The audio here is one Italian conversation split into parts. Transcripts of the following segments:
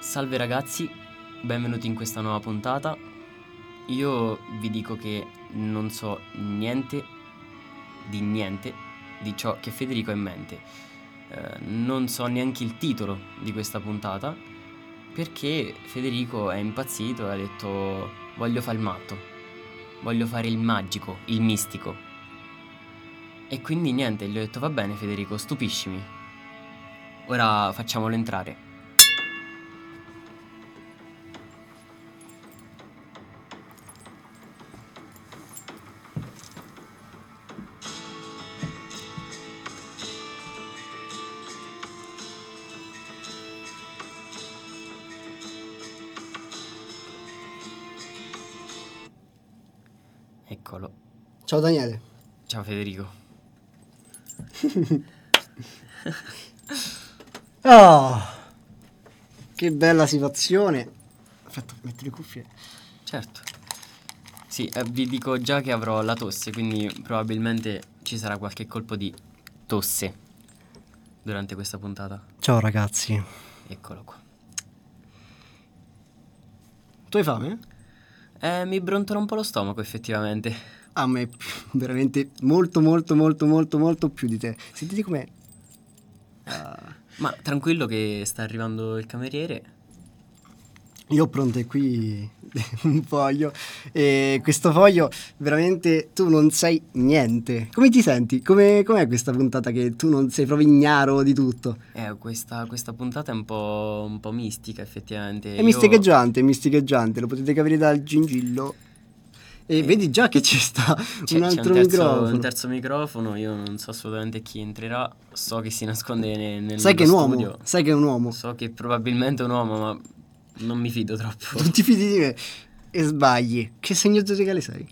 Salve ragazzi, benvenuti in questa nuova puntata. Io vi dico che non so niente di ciò che Federico ha in mente. Non so neanche il titolo di questa puntata, perché Federico è impazzito e ha detto: voglio fare il matto, voglio fare il magico, il mistico. E quindi niente, gli ho detto: va bene Federico, stupiscimi. Ora facciamolo entrare. Eccolo. Ciao Daniele. Ciao Federico. Oh, che bella situazione. Aspetta, metto le cuffie. Certo. Sì, vi dico già che avrò la tosse, quindi probabilmente ci sarà qualche colpo di tosse durante questa puntata. Ciao ragazzi. Eccolo qua. Tu hai fame? Mi brontola un po' lo stomaco, effettivamente. A me veramente molto più di te. Sentite com'è. Ma tranquillo che sta arrivando il cameriere. Io ho pronto qui un foglio. E questo foglio veramente tu non sai niente. Come ti senti? Com'è questa puntata che tu non sei proprio ignaro di tutto? Questa puntata è un po' mistica, effettivamente. È misticheggiante, lo potete capire dal gingillo. E vedi già che ci sta un altro microfono. Un terzo microfono, io non so assolutamente chi entrerà. So che si nasconde nel Sai che è un studio. uomo, sai che è un uomo. So che probabilmente è un uomo, ma non mi fido troppo. Non ti fidi di me e sbagli. Che segno zodiacale sei?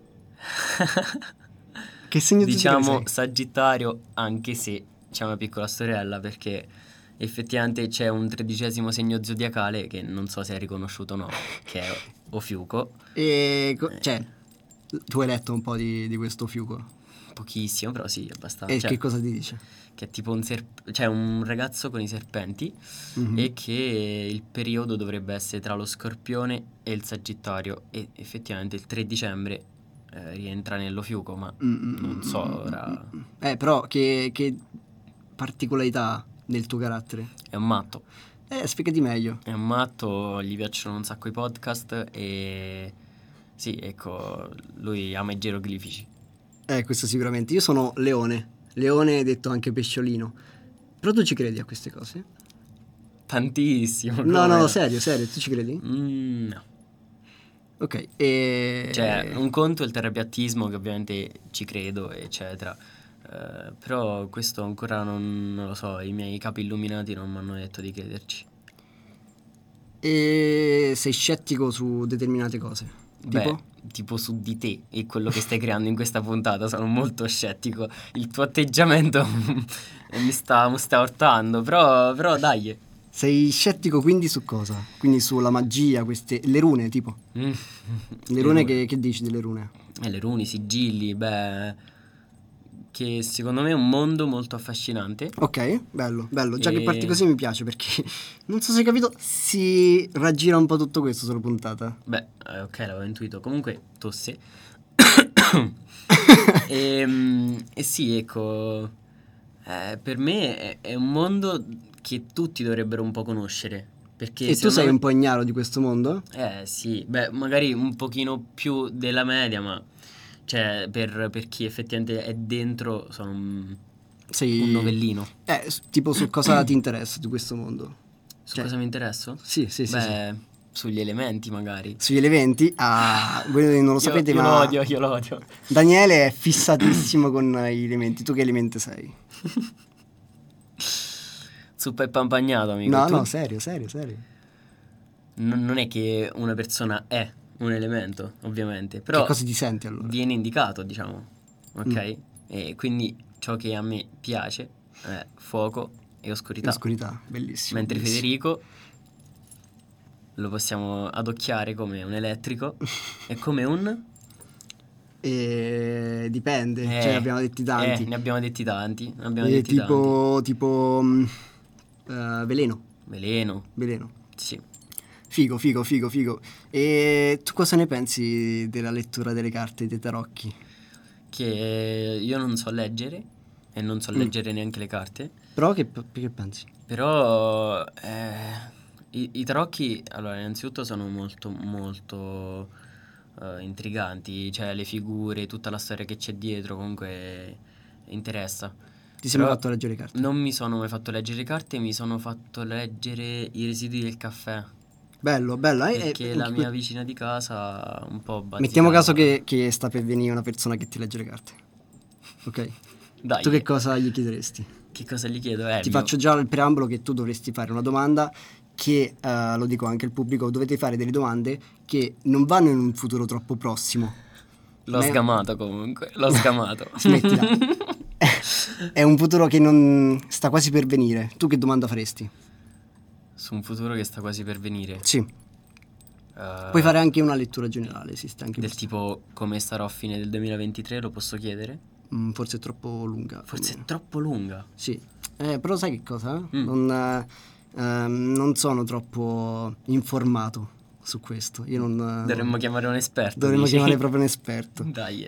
Che segno Diciamo zodiacale sei? Sagittario, anche se c'è una piccola storiella, perché effettivamente c'è un 13° segno zodiacale che non so se è riconosciuto o no, che è Ofiuco. Cioè, tu hai letto un po' di questo fiuco? Pochissimo, però sì, abbastanza. E Cioè, che cosa ti dice? che è tipo un ragazzo con i serpenti, e che il periodo dovrebbe essere tra lo Scorpione e il Sagittario, e effettivamente il 3 dicembre rientra nello Fiuco, ma non so ora. Però che particolarità ha nel tuo carattere? È un matto. Spiegati meglio. È un matto, gli piacciono un sacco i podcast e sì, ecco, lui ama i geroglifici. Questo sicuramente. Io sono Leone detto anche pesciolino. Però tu ci credi a queste cose? Tantissimo. No, come no? serio, tu ci credi? No. Ok, Cioè, un conto è il terrapiattismo, che ovviamente ci credo, eccetera. Però questo ancora non lo so, i miei capi illuminati non mi hanno detto di crederci. E sei scettico su determinate cose? Tipo? Tipo su di te e quello che stai creando in questa puntata, sono molto scettico. Il tuo atteggiamento mi sta urtando, però dai. Sei scettico quindi su cosa? Quindi sulla magia, le rune, tipo? Le rune che dici delle rune? Le rune, i sigilli, che secondo me è un mondo molto affascinante. Ok, bello. Già che parti così mi piace perché, non so se hai capito, si raggira un po' tutto questo sulla puntata. Ok, l'avevo intuito. Comunque, tosse. E sì, ecco, per me è un mondo che tutti dovrebbero un po' conoscere. Perché E tu sei me... un po' ignaro di questo mondo? Sì, magari un pochino più della media, ma cioè per chi effettivamente è dentro sono un novellino. Tipo su cosa ti interessa di questo mondo? Su cosa mi interesso? Sì. Sugli elementi magari. Sugli elementi, voi non lo sapete, io ma io lo odio. Daniele è fissatissimo con gli elementi. Tu che elemento sei? Zuppa e pampagnato, amico. No, Tu? no, serio. Non è che una persona è un elemento, ovviamente, però Che cosa ti senti allora? viene indicato, diciamo, ok? E quindi ciò che a me piace è fuoco e oscurità. Oscurità, bellissimo. Mentre bellissimo. Federico lo possiamo adocchiare come un elettrico e come un... Dipende, cioè ne abbiamo detti tanti. Ne abbiamo detti tanti. Tipo veleno. Veleno. Veleno. Sì. Figo. E tu cosa ne pensi della lettura delle carte dei tarocchi? Che io non so leggere e non so leggere neanche le carte, Però che pensi? però i tarocchi, allora, innanzitutto sono molto molto intriganti, cioè le figure, tutta la storia che c'è dietro comunque interessa. Ti sei mai Però fatto leggere le carte? non mi sono mai fatto leggere le carte, mi sono fatto leggere i residui del caffè, Bello. perché la mia vicina di casa un po' bazzicava. Mettiamo caso che sta per venire una persona che ti legge le carte. Ok? Dai, Tu che cosa gli chiederesti? che cosa gli chiedo? Ti faccio già il preambolo che tu dovresti fare una domanda che, lo dico anche al pubblico, dovete fare delle domande che non vanno in un futuro troppo prossimo. L'ho Ma è- sgamato comunque, l'ho sgamato. Smettila. È un futuro che non sta quasi per venire. Tu che domanda faresti? Su un futuro che sta quasi per venire. Sì. Puoi fare anche una lettura generale, esiste anche Del questo. tipo come sarò a fine del 2023, lo posso chiedere? Forse è troppo lunga. Forse è troppo lunga. Sì, però sai che cosa? Mm. Non sono troppo informato su questo. Io non. Dovremmo chiamare un esperto. Dovremmo dici? chiamare proprio un esperto. Dai.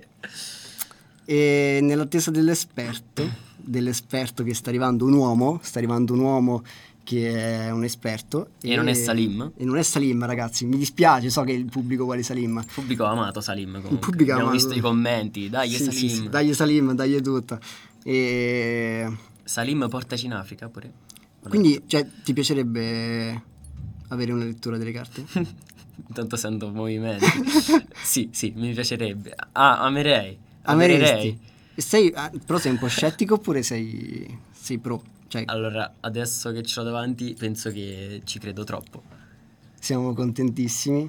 E nell'attesa dell'esperto che sta arrivando un uomo che è un esperto. E non è Salim? E non è Salim, ragazzi. Mi dispiace, so che il pubblico vuole Salim. Il pubblico ha amato Salim comunque. Il pubblico ha Abbiamo amato. visto i commenti. Dai, Sì, Salim. sì, dagli Salim, dagli tutto. E Salim portaci in Africa pure. quindi, cioè, ti piacerebbe avere una lettura delle carte? Intanto sento movimenti. Sì, mi piacerebbe. Amerei. Ameresti? Però sei un po' scettico oppure sei pro? Cioè, Allora, adesso che ce l'ho davanti, penso che ci credo troppo. siamo contentissimi.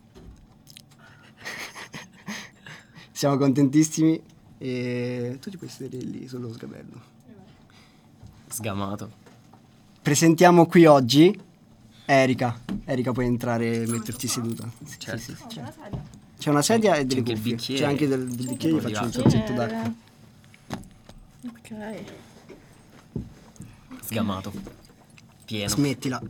Siamo contentissimi e tu ti puoi sedere lì sullo sgabello. Sgamato. Presentiamo qui oggi Erika. Erika, puoi entrare e metterti seduta. Sì, Certo. sì, sì, c'è una sedia e delle anche il cuffie. bicchiere. C'è anche del bicchiere, io faccio un Arrivato. sorsetto d'acqua. Ok. Sgamato. Pieno. Smettila.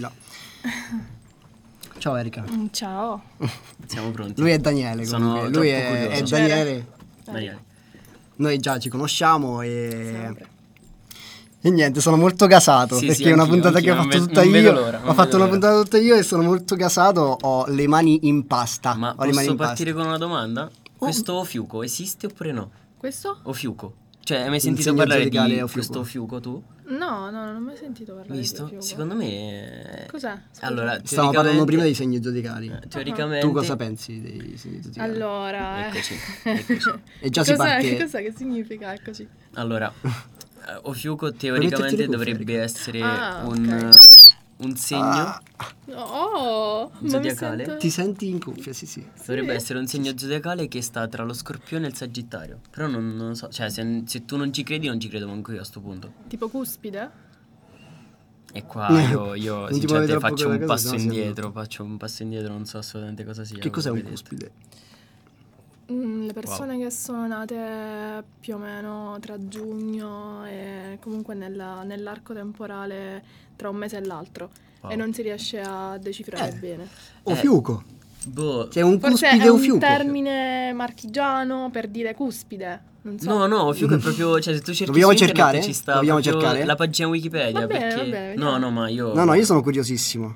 Ciao Erika. Ciao. Siamo pronti. Lui è Daniele, Sono comunque. Lui troppo è curioso. Daniele. Daniele. Noi già ci conosciamo e Sempre. niente, sono molto gasato Sì, perché sì, è una anch'io, puntata che ho anch'io, fatto non tutta vedo io. l'ora, non Ho fatto vedo una l'ora. puntata tutta io e sono molto gasato. Ho le mani in pasta. Ma ho le mani posso in pasta. partire con una domanda? Questo Ofiuco esiste oppure no? Questo? Ofiuco. Cioè, hai mai sentito segno parlare zodiacale di Ofiuco. questo Ofiuco tu? No, non ho mai sentito parlare Visto? di Fiuco. Secondo me... Cos'è? Scusa. Allora, Stavamo parlando prima dei teoricamente- segni zodiacali. Teoricamente... Tu cosa pensi dei segni zodiacali? Allora, Eccoci, eccoci. E già si parte. Cos'è che significa? Eccoci. Allora, Ofiuco metterti teoricamente le cuffie, dovrebbe Erika. essere Ah, un segno, Ah, Oh, ma mi Zodiacale? sento- ti senti in cuffia, sì. dovrebbe essere un segno zodiacale che sta tra lo Scorpione e il Sagittario. Però non so, cioè se tu non ci credi, non ci credo manco io a sto punto. Tipo cuspide? E qua io Non ti muovi sinceramente troppo faccio con un le cose, faccio un passo indietro, non so assolutamente cosa sia. Che cos'è un come vedete. cuspide? Le persone che sono nate più o meno tra giugno e comunque nell'arco temporale tra un mese e l'altro Wow. e non si riesce a decifrare bene. O fiuco. Boh, C'è un Forse cuspide è o un fiuco. termine marchigiano per dire cuspide, non so. no, Ofiuco è proprio, cioè se tu cerchi Dobbiamo su internet cercare? ci sta Dobbiamo proprio cercare? la pagina Wikipedia Va bene, perché va bene, no, vediamo. ma io No, io sono curiosissimo.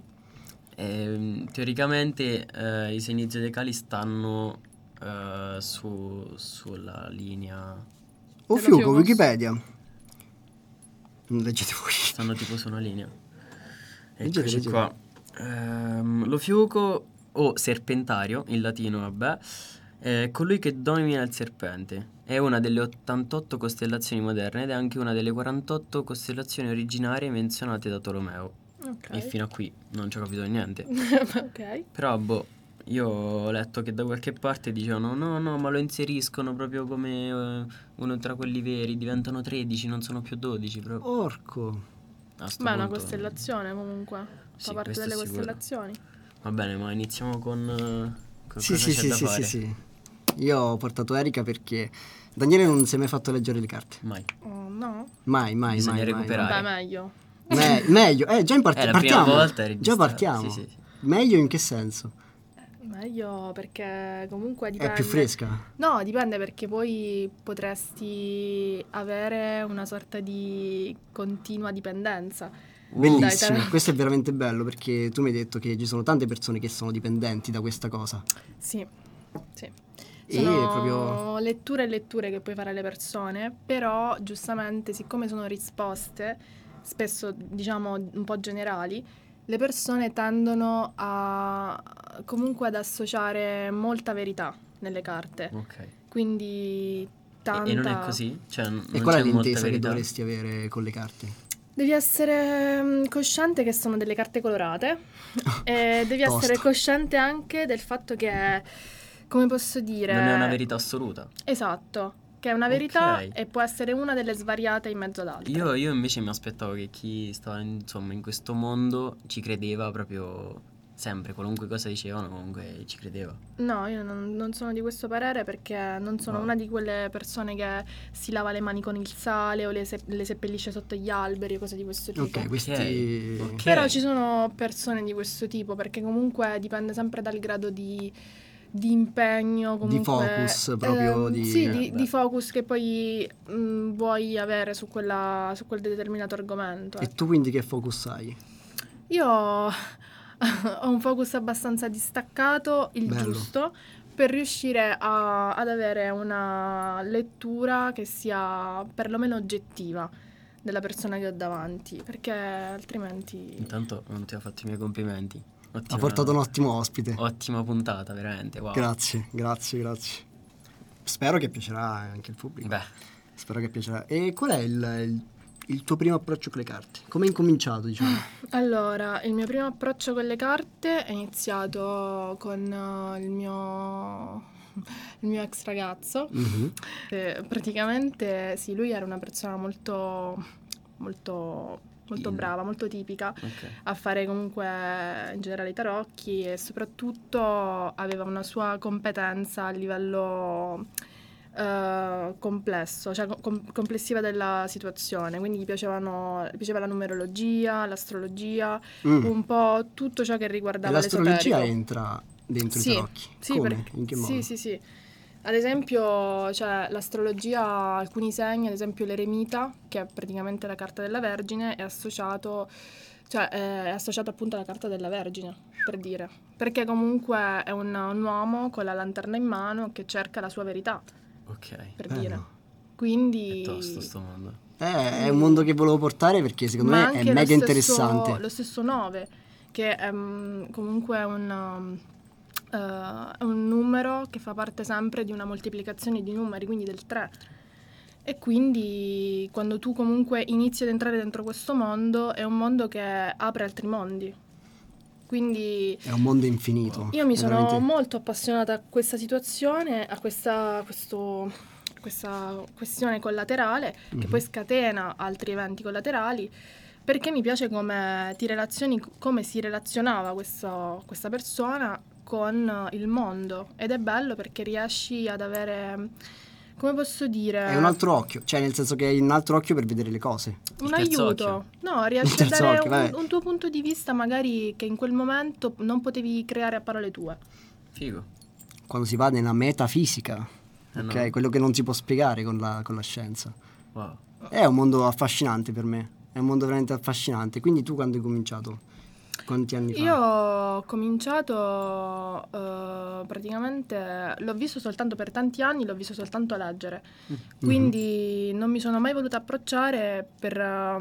teoricamente i segni zodiacali stanno sulla linea, O Dello fiuco, fiuco. Wikipedia. Leggete voi. stanno tipo su una linea. Leggete, Eccoci leggete. qua. Lo fiuco o serpentario in latino, vabbè, è colui che domina il serpente. È una delle 88 costellazioni moderne ed è anche una delle 48 costellazioni originarie menzionate da Tolomeo. Ok. E fino a qui non ci ho capito niente. Ok. Però, io ho letto che da qualche parte dicevano no, ma lo inseriscono proprio come uno tra quelli veri, diventano 13, non sono più 12. Proprio. Orco. A sto Beh, è una punto- costellazione comunque. Sì, Fa parte questo delle è sicuro. costellazioni. Va bene, ma iniziamo con Sì, cosa c'è da fare. sì. Io ho portato Erika perché Daniele non si è mai fatto leggere le carte. Mai. Oh, no? Mai. Bisogna recuperare. Vabbè, meglio. Meglio, già la prima partiamo. volta è Già registrato, partiamo. sì. Meglio in che senso? Meglio perché comunque dipende. È più fresca? No, dipende perché poi potresti avere una sorta di continua dipendenza. Bellissimo, Dai, questo è veramente bello perché tu mi hai detto che ci sono tante persone che sono dipendenti da questa cosa. Sì, sì. E Sono proprio letture e letture che puoi fare alle persone, però giustamente siccome sono risposte, spesso diciamo un po' generali, le persone tendono a comunque ad associare molta verità nelle carte. Ok. Quindi tanta. E non è così? Cioè, non E qual è c'è molta l'intesa che verità? dovresti avere con le carte? Devi essere cosciente che sono delle carte colorate e devi Tosto. essere cosciente anche del fatto che, come posso dire... Non è una verità assoluta. Esatto, che è una verità Ok. e può essere una delle svariate in mezzo ad altre. Io invece mi aspettavo che chi stava insomma in questo mondo ci credeva proprio sempre, qualunque cosa dicevano comunque ci credeva. No, io non sono di questo parere perché non sono Wow. una di quelle persone che si lava le mani con il sale o le seppellisce sotto gli alberi o cose di questo tipo. Ok, questi... Ok. Però ci sono persone di questo tipo perché comunque dipende sempre dal grado di impegno, comunque, Di focus proprio di... sì, beh. di focus che poi vuoi avere su quel determinato argomento. E tu quindi che focus hai? Io ho un focus abbastanza distaccato, il Bello. giusto, per riuscire ad avere una lettura che sia perlomeno oggettiva della persona che ho davanti, perché altrimenti... Intanto non ti ho fatto i miei complimenti. Ha portato un ottimo ospite. Ottima puntata, veramente, wow. Grazie. Spero che piacerà anche il pubblico. Beh, Spero che piacerà. E qual è il tuo primo approccio con le carte? Come hai incominciato, diciamo? Allora, il mio primo approccio con le carte è iniziato con il mio ex ragazzo. Mhm. Praticamente, sì, lui era una persona molto, molto, molto brava, molto tipica ok. a fare comunque in generale i tarocchi e soprattutto aveva una sua competenza a livello complesso, cioè complessiva della situazione, quindi gli piaceva la numerologia, l'astrologia, un po' tutto ciò che E riguardava l'astrologia l'esoterico. entra dentro Sì, i tarocchi? sì, Come? perché- In che modo? sì. Ad esempio, cioè, l'astrologia ha alcuni segni, ad esempio l'eremita, che è praticamente la carta della Vergine, è associato appunto alla carta della Vergine, per dire. Perché comunque è un uomo con la lanterna in mano che cerca la sua verità, Ok. per Bello. dire. Quindi... È tosto sto mondo. È un mondo che volevo portare perché secondo Ma me è anche mega interessante. lo stesso 9, che è comunque è un numero che fa parte sempre di una moltiplicazione di numeri, quindi del 3. E quindi quando tu comunque inizi ad entrare dentro questo mondo, è un mondo che apre altri mondi. Quindi È un mondo infinito. io mi È sono veramente- molto appassionata a questa situazione, a questa questione collaterale, che poi scatena altri eventi collaterali, perché mi piace come si relazionava questa persona con il mondo. Ed è bello perché riesci ad avere, come posso dire... È un altro occhio, cioè nel senso che hai un altro occhio per vedere le cose. un Il terzo aiuto. occhio. No, riesci a terzo dare occhio, vabbè. un tuo punto di vista magari che in quel momento non potevi creare a parole tue. Figo. Quando si va nella metafisica, ok? no. Quello che non si può spiegare con la scienza. Wow. È un mondo affascinante per me. È un mondo veramente affascinante. Quindi tu quando hai cominciato? Quanti anni fa? Io ho cominciato praticamente, l'ho visto soltanto per tanti anni, l'ho visto soltanto a leggere, quindi non mi sono mai voluta approcciare per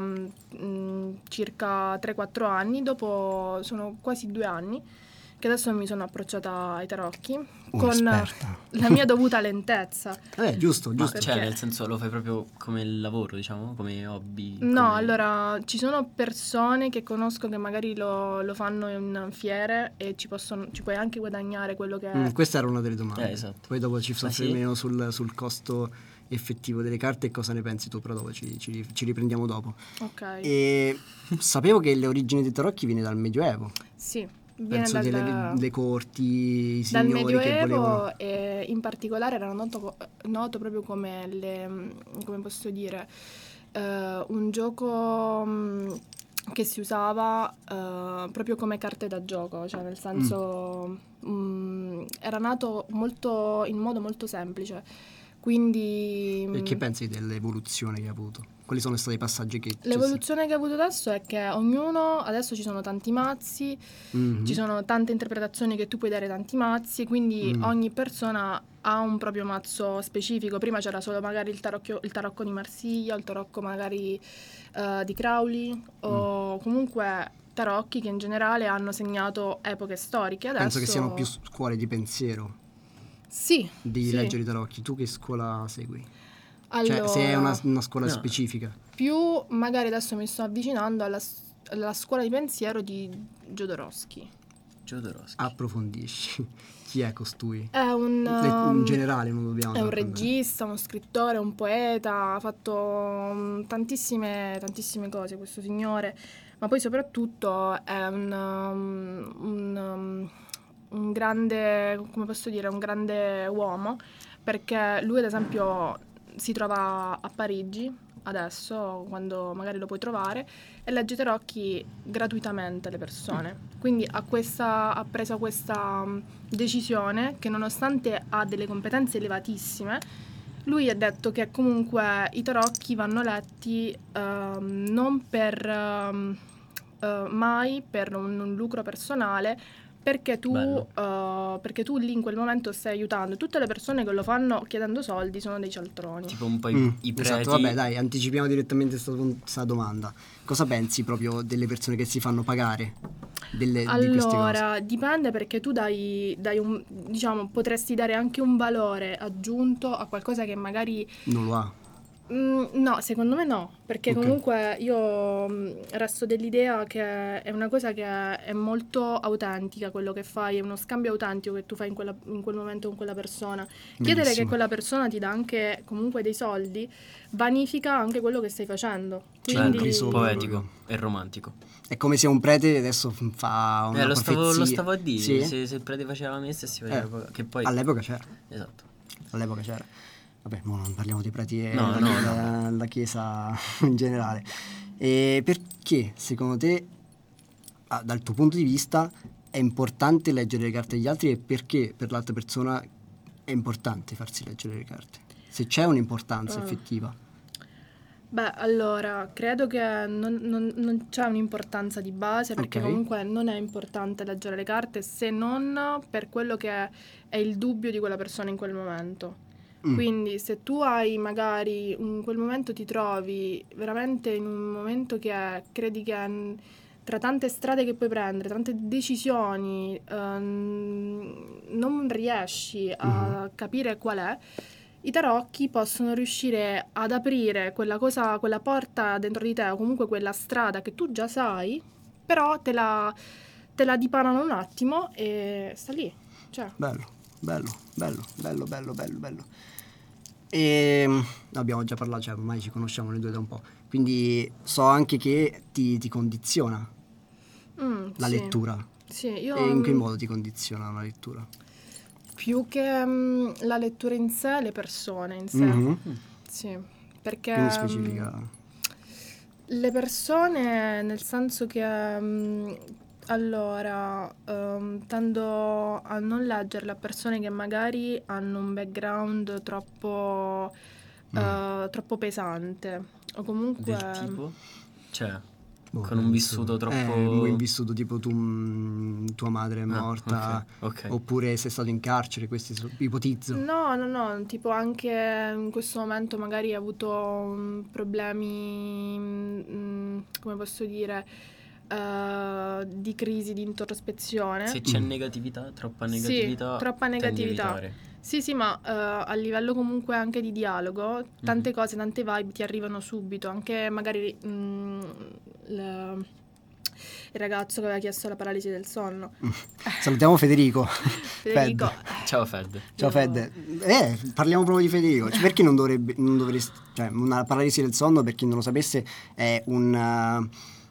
circa 3-4 anni, dopo sono quasi 2 anni che adesso mi sono approcciata ai tarocchi con Un'esperta. la mia dovuta lentezza. Giusto, Ma giusto. cioè, Perché? nel senso lo fai proprio come lavoro, diciamo, come hobby? No, come- allora ci sono persone che conosco che magari lo fanno in fiere e ci puoi anche guadagnare quello che Questa era una delle domande. esatto. Poi dopo ci Ah, sì? soffermeremo sul costo effettivo delle carte e cosa ne pensi tu, però dopo ci riprendiamo dopo. Ok. E sapevo che le origini dei tarocchi viene dal Medioevo. Sì, viene Penso le corti, i dal signori che Medioevo volevano... e in particolare era noto proprio come come posso dire, un gioco che si usava proprio come carte da gioco, cioè nel senso era nato in modo molto semplice, quindi E che pensi dell'evoluzione che ha avuto? Quali sono stati i passaggi che... l'evoluzione che ha avuto adesso è che ognuno, adesso ci sono tanti mazzi, ci sono tante interpretazioni che tu puoi dare ai tanti mazzi, quindi ogni persona ha un proprio mazzo specifico. Prima c'era solo magari il tarocco di Marsiglia, il tarocco magari di Crowley, o comunque tarocchi che in generale hanno segnato epoche storiche. Adesso Penso che siano più scuole di pensiero sì, di sì. leggere i tarocchi. Tu che scuola segui? Allora, Cioè, se è una scuola No. specifica. più magari adesso mi sto avvicinando alla scuola di pensiero di Jodorowsky. Jodorowsky. Approfondisci. Chi è costui? È un In generale non dobbiamo è un raccontare. regista, uno scrittore, un poeta, ha fatto tantissime cose questo signore, ma poi soprattutto è un grande, come posso dire, un grande uomo, perché lui ad esempio si trova a Parigi adesso, quando magari lo puoi trovare, e legge tarocchi gratuitamente alle persone. Quindi ha preso questa decisione che, nonostante ha delle competenze elevatissime, lui ha detto che comunque i tarocchi vanno letti non per mai per un lucro personale, perché tu lì in quel momento stai aiutando. Tutte le persone che lo fanno chiedendo soldi sono dei cialtroni. Tipo un po' i preti. Esatto, vabbè, dai, anticipiamo direttamente questa domanda. Cosa pensi proprio delle persone che si fanno pagare di queste cose? Allora, dipende, perché tu dai diciamo, potresti dare anche un valore aggiunto a qualcosa che magari Non lo ha. no, secondo me no, perché Ok. comunque io resto dell'idea che è una cosa che è molto autentica, quello che fai, è uno scambio autentico che tu fai in quel momento con quella persona. Chiedere che Bellissimo. quella persona ti dà anche comunque dei soldi vanifica anche quello che stai facendo. C'è un Quindi risopro. Poetico e romantico. È come se un prete adesso fa una Lo profezia. stavo a dire. Sì? Se il prete faceva la messa e si faceva che poi All'epoca c'era. esatto. All'epoca c'era. Vabbè, mo non parliamo dei preti e No, la chiesa in generale. E perché, secondo te, dal tuo punto di vista, è importante leggere le carte degli altri, e perché per l'altra persona è importante farsi leggere le carte? Se c'è un'importanza effettiva. beh, allora, credo che non c'è un'importanza di base, perché Ok. comunque non è importante leggere le carte se non per quello che è il dubbio di quella persona in quel momento. Quindi se tu hai magari in quel momento ti trovi veramente in un momento che credi che tra tante strade che puoi prendere, tante decisioni, non riesci a capire qual è, i tarocchi possono riuscire ad aprire quella cosa, quella porta dentro di te, o comunque quella strada che tu già sai, però te la dipanano un attimo e sta lì. Cioè, Bello. E abbiamo già parlato, cioè ormai ci conosciamo noi due da un po', quindi so anche che ti condiziona la sì. lettura. Sì, io E in che modo ti condiziona la lettura? più che la lettura in sé, le persone in sé. Mhm. Sì, perché Quindi specifica. le persone, nel senso che allora tendo a non leggerle a persone che magari hanno un background troppo pesante, o comunque Del tipo? Cioè, Boh, con un vissuto troppo... un vissuto tipo tua madre è morta, ok. oppure sei stato in carcere, questi ipotizzo. No, tipo anche in questo momento magari hai avuto problemi, come posso dire, di crisi, di introspezione. Se c'è negatività, troppa Sì, negatività, troppa tendi a negatività. evitare. Sì, ma a livello comunque anche di dialogo, tante cose, tante vibe ti arrivano subito, anche magari il ragazzo che aveva chiesto la paralisi del sonno. Salutiamo Federico. Federico, Fed. Ciao Fed. Ciao Fed. Parliamo proprio di Federico. Cioè, perché non dovresti, cioè, una paralisi del sonno, per chi non lo sapesse, è uno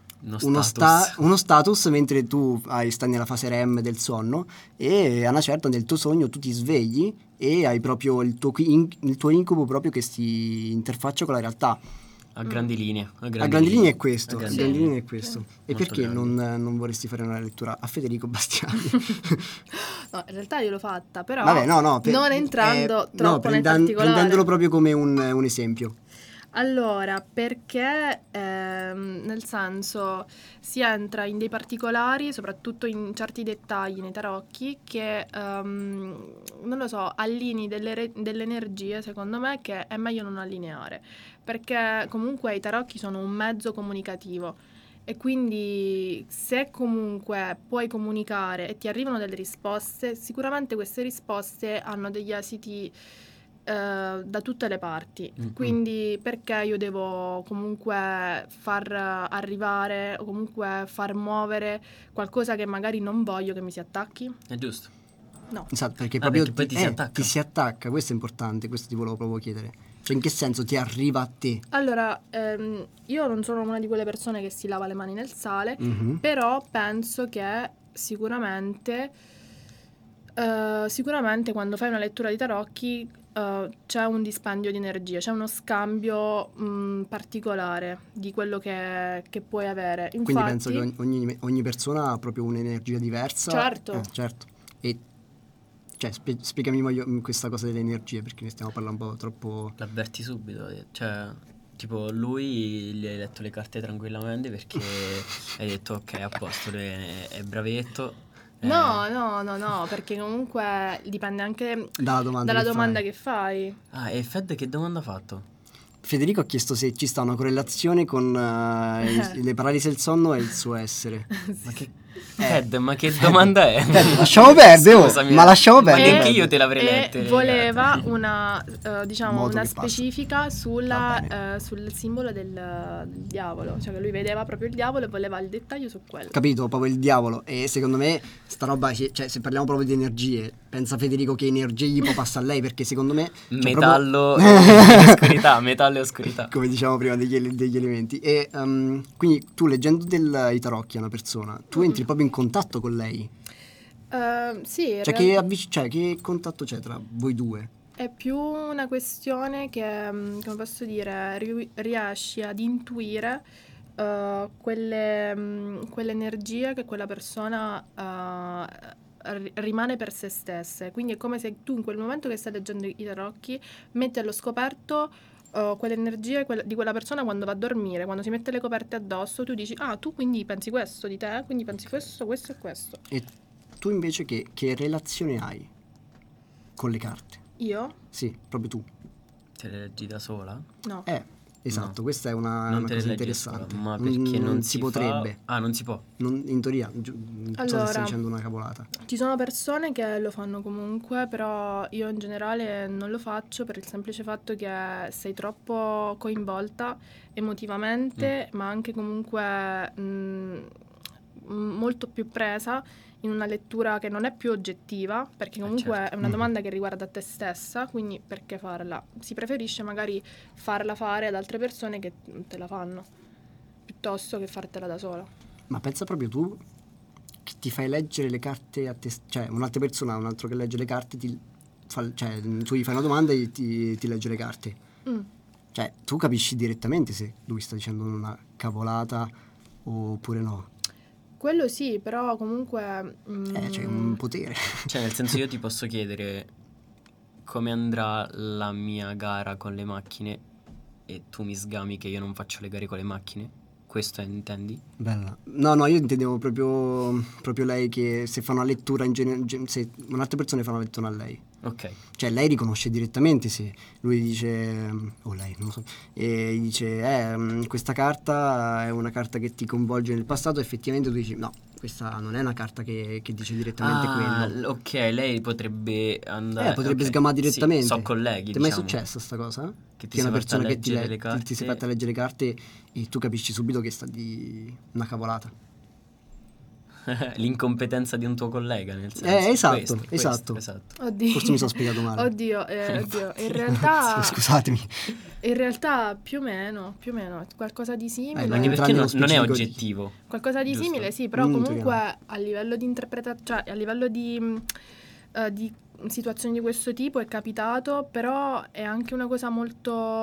status mentre tu stai nella fase REM del sonno, e a una certa nel tuo sogno tu ti svegli e hai proprio il tuo incubo proprio che si interfaccia con la realtà. A grandi linee. A grandi linee è questo. A A grandi grandi linee. linee è questo. E Molto perché grandi. non vorresti fare una lettura a Federico Bastiani? No, in realtà io l'ho fatta, però Vabbè, no, non entrando troppo nel particolare. prendendolo proprio come un esempio. Allora, perché nel senso si entra in dei particolari, soprattutto in certi dettagli nei tarocchi, che non lo so, allinei delle energie, secondo me, che è meglio non allineare, perché comunque i tarocchi sono un mezzo comunicativo e quindi se comunque puoi comunicare e ti arrivano delle risposte, sicuramente queste risposte hanno degli esiti da tutte le parti. Quindi perché io devo comunque far arrivare o comunque far muovere qualcosa che magari non voglio che mi si attacchi? È giusto. No. Esatto, perché Ah, proprio perché poi ti si attacca. ti si attacca, questo è importante, questo ti volevo proprio chiedere. Cioè, in che senso ti arriva a te? Allora, io non sono una di quelle persone che si lava le mani nel sale, Mhm. però penso che sicuramente quando fai una lettura di tarocchi c'è un dispendio di energia, c'è uno scambio particolare di quello che puoi avere. Quindi Infatti, penso che ogni persona ha proprio un'energia diversa. Certo. Certo. E cioè, spiegami meglio questa cosa delle energie, perché ne stiamo parlando un po' troppo. L'avverti subito. Cioè, tipo, lui gli hai letto le carte tranquillamente perché hai detto ok, a posto, lui è bravetto. no, perché comunque dipende anche Dalla domanda che fai. Ah, e Fed che domanda ha fatto? Federico ha chiesto se ci sta una correlazione con le paralisi del sonno e il suo essere. Ma che Fed, ma che domanda è? Lasciamo perdere, Scusami, ma lasciamo ma perdere. neanche io te l'avrei lette. E le voleva carte. una, diciamo, Modo una che passa. specifica Va sul simbolo del diavolo. Cioè che lui vedeva proprio il diavolo e voleva il dettaglio su quello. Capito, proprio il diavolo. E secondo me sta roba, cioè se parliamo proprio di energie, pensa Federico che energie gli può passare a lei, perché secondo me cioè, Metallo proprio- e oscurità, metallo e oscurità. come diciamo prima degli elementi. E quindi tu leggendo i tarocchi a una persona, tu entri proprio in contatto con lei. Sì, in Cioè realtà che contatto c'è tra voi due? è più una questione che, come posso dire, riesci ad intuire quelle energie che quella persona rimane per se stessa. Quindi è come se tu in quel momento che stai leggendo i tarocchi metti allo scoperto quelle energie di quella persona quando va a dormire, quando si mette le coperte addosso, tu dici, ah, tu quindi pensi questo di te, quindi pensi questo, questo e questo. E tu invece che relazione hai con le carte? Io? Sì, proprio tu. Te le leggi da sola? No. Esatto, No. questa è una Non te le cosa leggi da interessante. sola, ma perché non si potrebbe. Ah, non si può. In teoria, non so se Allora, stai dicendo una cavolata. ci sono persone che lo fanno comunque, però io in generale non lo faccio per il semplice fatto che sei troppo coinvolta emotivamente, ma anche comunque molto più presa in una lettura che non è più oggettiva, perché comunque certo. è una domanda che riguarda te stessa, quindi perché farla? Si preferisce magari farla fare ad altre persone che te la fanno, piuttosto che fartela da sola. Ma pensa proprio tu che ti fai leggere le carte a te, cioè un'altra persona, un altro che legge le carte, cioè tu gli fai una domanda e ti legge le carte. Mm. Cioè tu capisci direttamente se lui sta dicendo una cavolata oppure no. Quello sì, però comunque C'è un potere. Cioè, nel senso, io ti posso chiedere come andrà la mia gara con le macchine e tu mi sgami che io non faccio le gare con le macchine? Questo intendi? Bella. No, io intendevo proprio lei che se fa una lettura se un'altra persona fa una lettura a lei. Ok. Cioè lei riconosce direttamente se lui dice, o lei, non lo so, e gli dice, questa carta è una carta che ti coinvolge nel passato, effettivamente tu dici, no, questa non è una carta che dice direttamente quello. Ok, lei potrebbe andare... Potrebbe ok, sgamare direttamente. Sì, so colleghi, Ti è mai diciamo. successo sta cosa? Che ti Che sei una fatta persona che leggere le carte. ti sei fatta leggere le carte e tu capisci subito che sta di una cavolata. L'incompetenza di un tuo collega, nel senso. Esatto, Questo. Oddio. Forse mi sono spiegato male. Oddio, in realtà Scusatemi. più o meno, è qualcosa di simile. non Anche perché entrando nello non è specifico oggettivo. Qualcosa di Giusto. simile, sì, però In comunque a livello di interpretazione, cioè a livello di situazioni di questo tipo è capitato, però è anche una cosa molto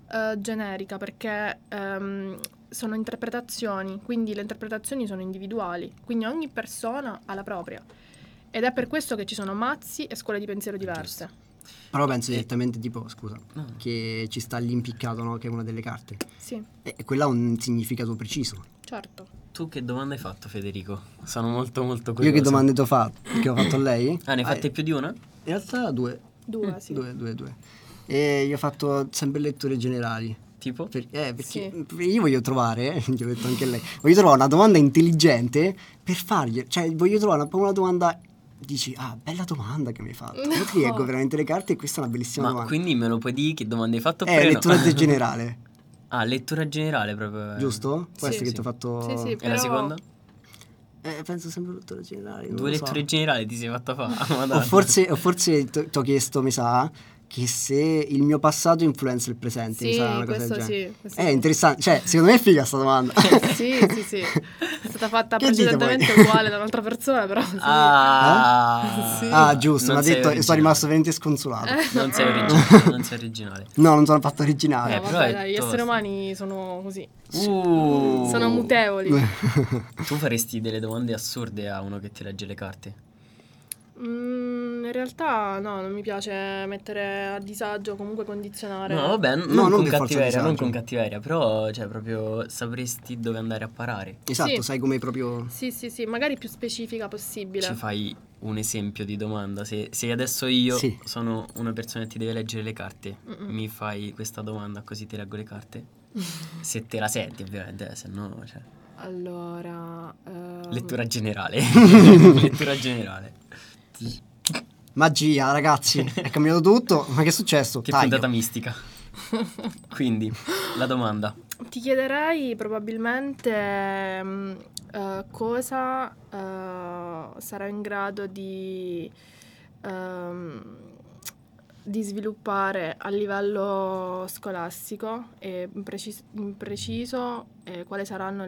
generica, perché sono interpretazioni, quindi le interpretazioni sono individuali, quindi ogni persona ha la propria. Ed è per questo che ci sono mazzi e scuole di pensiero diverse. Però penso direttamente tipo, scusa, che ci sta l'impiccato, no? Che è una delle carte. Sì, E quella ha un significato preciso. certo. Tu che domanda hai fatto, Federico? Sono molto molto Io curioso. che domande ti ho fatto? Che ho fatto a lei? Ah, ne hai fatte più di una? In realtà due. Due, sì. Due. E io ho fatto sempre letture generali. Tipo? Perché Sì. io voglio trovare, gli ho detto anche a lei, voglio trovare una domanda intelligente per fargli, cioè voglio trovare una domanda, dici, bella domanda che mi hai fatto. Io ti leggo veramente le carte e questa è una bellissima Ma domanda. quindi me lo puoi dire che domande hai fatto oppure no? Lettura generale, Ah, lettura generale proprio. giusto? Può Sì. essere che ti ho fatto... Sì, sì, E la però- seconda? penso sempre lettura generale. non Due lo so. letture generali ti sei fatta fare. O forse ti ho chiesto, mi sa, che se il mio passato influenza il presente, mi Sì, sa una cosa del questo genere. sì, questo È sì. interessante, cioè secondo me è figa sta domanda. Sì. È stata fatta Che dite precedentemente voi? uguale da un'altra persona, però sì. Ah, Sì. Ah, giusto, Non mi ha sei detto e sono originale. rimasto veramente sconsolato. Non sei originale, non sei originale. No, non sono affatto originale. No, però vabbè, è dai, gli esseri tosta. umani sono così. Uh. Sono mutevoli. Tu faresti delle domande assurde a uno che ti legge le carte? In realtà no, non mi piace mettere a disagio, comunque condizionare. No, vabbè, No, non non con per forza cattiveria, non disagio. con cattiveria, però, cioè, proprio sapresti dove andare a parare. Esatto, Sì. sai come proprio... Sì, magari più specifica possibile. Ci fai un esempio di domanda? Se adesso io Sì. sono una persona che ti deve leggere le carte, mi fai questa domanda così ti leggo le carte? Se te la senti, ovviamente, se no, cioè... Allora, Lettura generale. Lettura generale. Magia, ragazzi, è cambiato tutto. Ma che è successo? Che Taglio. puntata mistica. Quindi, la domanda. ti chiederei probabilmente cosa sarà in grado di sviluppare a livello scolastico e in preciso quali saranno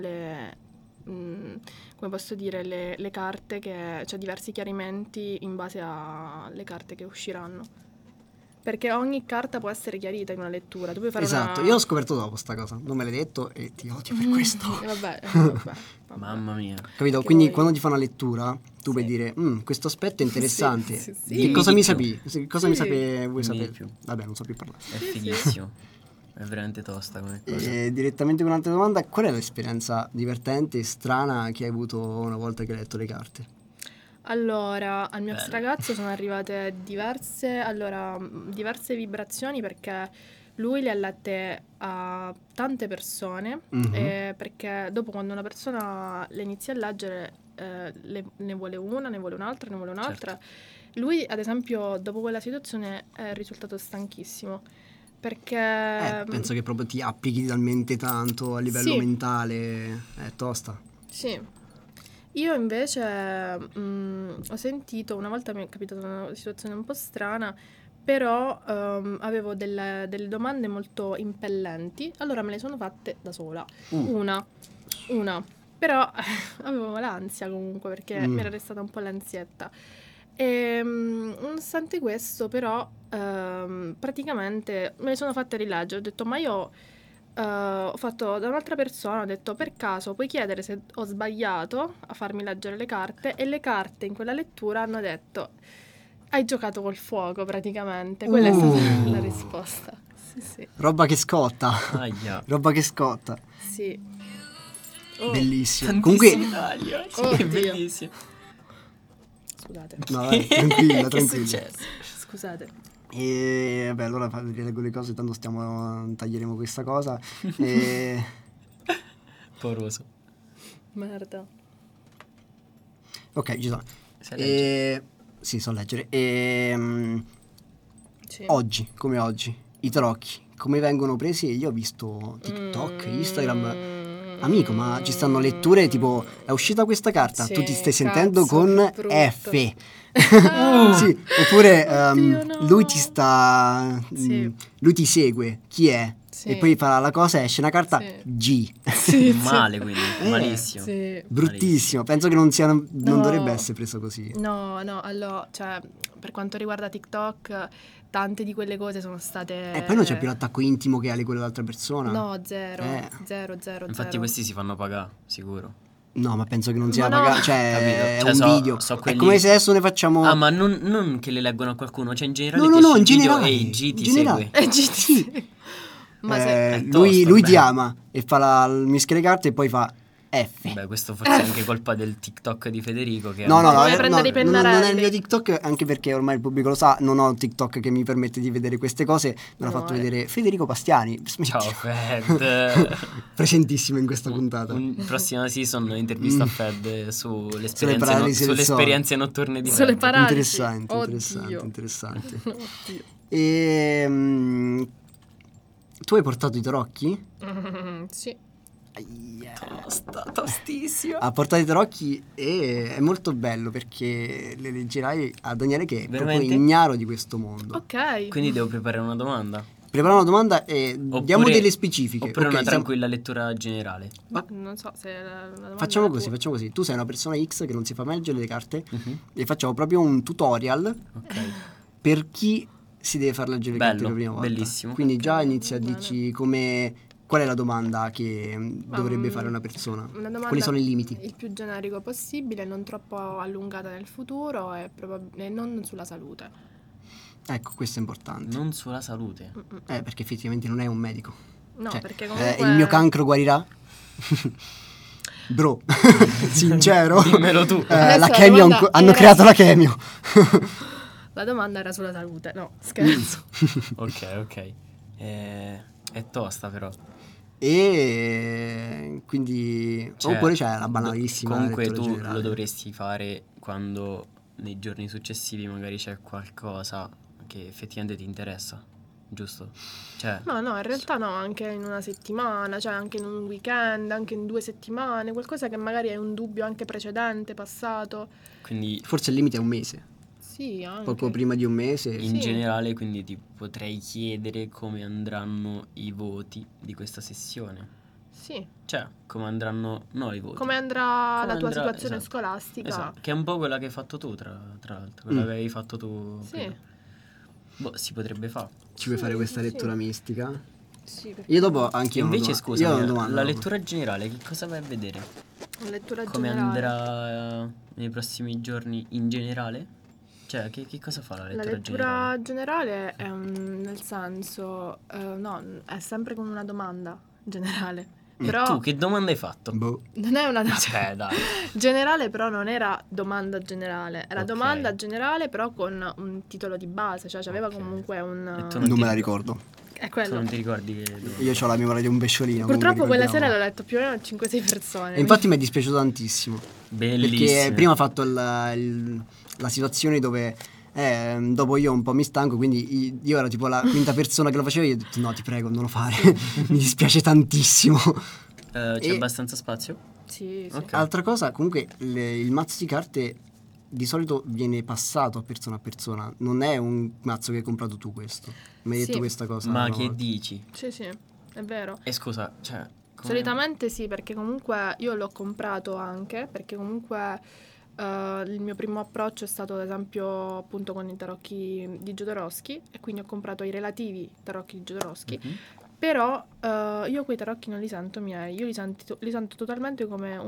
come posso dire, le carte cioè diversi chiarimenti in base alle carte che usciranno. Perché ogni carta può essere chiarita in una lettura. Tu puoi fare Esatto, io ho scoperto dopo sta cosa. Non me l'hai detto e ti odio per questo. Vabbè. Mamma mia. Capito? Che Quindi vuoi? quando ti fa una lettura, tu puoi Sì. dire, questo aspetto è interessante. Sì. Che cosa mi Dimmi sapevi? Che cosa mi Sì. sapevi? Vuoi Dimmi sapere? di più. Vabbè, non so più parlare. È fighissimo. È veramente tosta come cosa. E direttamente con un'altra domanda, qual è l'esperienza divertente e strana che hai avuto una volta che hai letto le carte? Allora, al mio ex Bello. ragazzo sono arrivate diverse vibrazioni perché lui le ha lette a tante persone, perché dopo quando una persona le inizia a leggere ne vuole una, ne vuole un'altra, ne vuole un'altra. Lui, ad esempio, dopo quella situazione è risultato stanchissimo perché... Penso che proprio ti applichi talmente tanto a livello Sì. mentale, è tosta. Sì. Io invece ho sentito, una volta mi è capitata una situazione un po' strana, però avevo delle domande molto impellenti, allora me le sono fatte da sola. Una. Però avevo l'ansia comunque perché mi era restata un po' l'ansietta. E nonostante questo, però, praticamente me le sono fatte rileggere. Ho detto, ma io ho fatto da un'altra persona, ho detto, per caso puoi chiedere se ho sbagliato a farmi leggere le carte? E le carte in quella lettura hanno detto, hai giocato col fuoco praticamente. Quella è stata la risposta. Sì. Roba che scotta. Aia. Roba che scotta. Sì. Oh, Bellissimo. Tantissimi Comunque, tagli, sì, Oddio. bellissimo. scusate. no, dai, tranquilla, Che è tranquilla. successo? Scusate. E vabbè, allora rileggo le cose, tanto taglieremo questa cosa. E Poroso. Merda. ok, ci sono. Sai leggere? Sì, so leggere. E Sì. oggi, come oggi, i tarocchi, come vengono presi? Io ho visto TikTok, Instagram. Amico, ma ci stanno letture tipo è uscita questa carta, Sì, tu ti stai sentendo cazzo, con che brutto. F. Sì, oppure Oddio, no. lui ti sta Sì. lui ti segue. Chi è? Sì. E poi fa la cosa e esce una carta Sì. G. Sì, Male, quindi, malissimo. Sì. Bruttissimo. Penso che non No. dovrebbe essere preso così. No, allora, cioè, per quanto riguarda TikTok, tante di quelle cose sono state... E poi non c'è più l'attacco intimo che ha quell'altra persona. No, zero, Eh. zero. Infatti questi si fanno pagare, sicuro. No, ma penso che non sia Ma no. pagato. Cioè, Capito? è Cioè, un video. so È quelli- come se adesso ne facciamo. Ah, ma non che le leggono a qualcuno, cioè in generale No, ti no, esce in il video generale, e i G ti in generale. segue. Sì. Ma se... è lui tosto, ti beh. ama e fa il mischia le carte e poi fa F. Beh, questo forse è anche colpa del TikTok di Federico che No, Vuole prendere i non è il pennarelli. mio TikTok, anche perché ormai il pubblico lo sa, non ho un TikTok che mi permette di vedere queste cose, me l'ha No, fatto vedere Federico Pastiani. Ciao Fed. Presentissimo in questa puntata. Prossima season intervista a Fed sulle esperienze, paralisi del sulle sonno. esperienze notturne di Sulle Fed. paralisi. Interessante. Oddio. E tu hai portato i tarocchi? Sì. Tostissimo. Ha portato i tarocchi e è molto bello perché le leggerai a Daniele che è Veramente? proprio ignaro di questo mondo. Ok. Quindi devo preparare una domanda. Prepara una domanda e diamo delle specifiche. Oppure Ok, una siamo- tranquilla lettura generale. Ma non so se la domanda Facciamo è così, tua. Tu sei una persona X che non si fa mai leggere le carte Mhm. e facciamo proprio un tutorial Ok. per chi si deve far leggere le carte Bello, per la prima volta. bellissimo. Quindi Ok, già inizia a bene. dirci qual è la domanda che dovrebbe fare una persona. Una domanda Quali sono i limiti? il più generico possibile, non troppo allungata nel futuro e, e non sulla salute. Ecco, questo è importante. Non sulla salute. Perché effettivamente non è un medico. No, Cioè, perché comunque... il mio cancro guarirà? Bro, sincero. Dimmelo tu. La Adesso la chemio domanda hanno era- creato la chemio. La domanda era sulla salute, no, scherzo. Ok. È tosta però. E quindi Cioè, oppure c'è la banalissima comunque lettura tu generale. lo dovresti fare quando nei giorni successivi magari c'è qualcosa che effettivamente ti interessa, giusto? Cioè, No, in realtà no, anche in una settimana, cioè anche in un weekend, anche in 2 settimane, qualcosa che magari hai un dubbio anche precedente, passato. quindi Forse il limite è un mese, Sì, anche. poco prima di un mese. in Sì. generale quindi ti potrei chiedere come andranno i voti di questa sessione. Sì. Cioè, come andranno i voti. Come andrà Come la tua andrà- situazione esatto. scolastica? Esatto, che è un po' quella che hai fatto tu, tra l'altro, quella che hai fatto tu Sì. prima. Boh, si potrebbe fare. Ci vuoi fare questa sì. lettura mistica? Sì, perché Io dopo anche Invece, scusa, io ho una domanda la dopo. lettura generale, che cosa vai a vedere? la lettura Come generale. andrà nei prossimi giorni in generale? Cioè, che cosa fa la La lettura generale? lettura generale è nel senso, no, è sempre con una domanda generale. Però Tu che domanda hai fatto? Boh. non è una Cioè, dai. generale, però non era domanda generale, era Ok. domanda generale però con un titolo di base, cioè aveva Ok. comunque E un... tu Non ti me la ricordi? ricordo. È Tu quello. non ti ricordi che domanda? Io ho la memoria di un pesciolino. Purtroppo comunque quella sera ricordiamo. l'ho letto più o meno a 5-6 persone. E infatti mi è dispiaciuto tantissimo. Bellissimo. Perché prima ha fatto la situazione dove dopo io un po' mi stanco, quindi io ero tipo la quinta persona che lo faceva e io ho detto no, ti prego, non lo fare. Mi dispiace tantissimo. C'è E- abbastanza spazio? Sì, sì. Ok. Altra cosa, comunque il mazzo di carte di solito viene passato a persona, non è un mazzo che hai comprato tu questo. Mi hai Sì. detto questa cosa? Ma una che volta. dici? Sì, è vero. E scusa, cioè... come- Solitamente sì, perché comunque io l'ho comprato anche, perché comunque il mio primo approccio è stato ad esempio appunto con i tarocchi di Jodorowsky e quindi ho comprato i relativi tarocchi di Jodorowsky, Mhm. però io quei tarocchi non li sento miei, io li sento totalmente come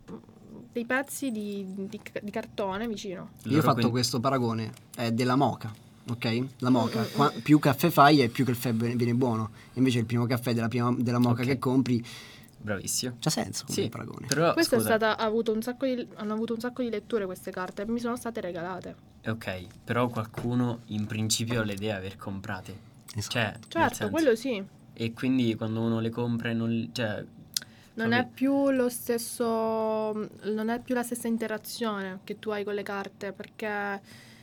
dei pezzi di cartone vicino. Io ho Loro fatto quindi- questo paragone della moka, ok? La moka, più caffè fai e più che il caffè viene buono. Invece il primo caffè della moka Ok. che compri Bravissimo. c'ha senso come Sì, paragone. però Questo scusa, hanno avuto un sacco di letture queste carte e mi sono state regalate. ok, però qualcuno in principio le deve aver comprate. Esatto. Cioè, nel Certo, senso- quello sì. E quindi quando uno le compra e non... Cioè, Non capi- è più lo stesso, non è più la stessa interazione che tu hai con le carte, perché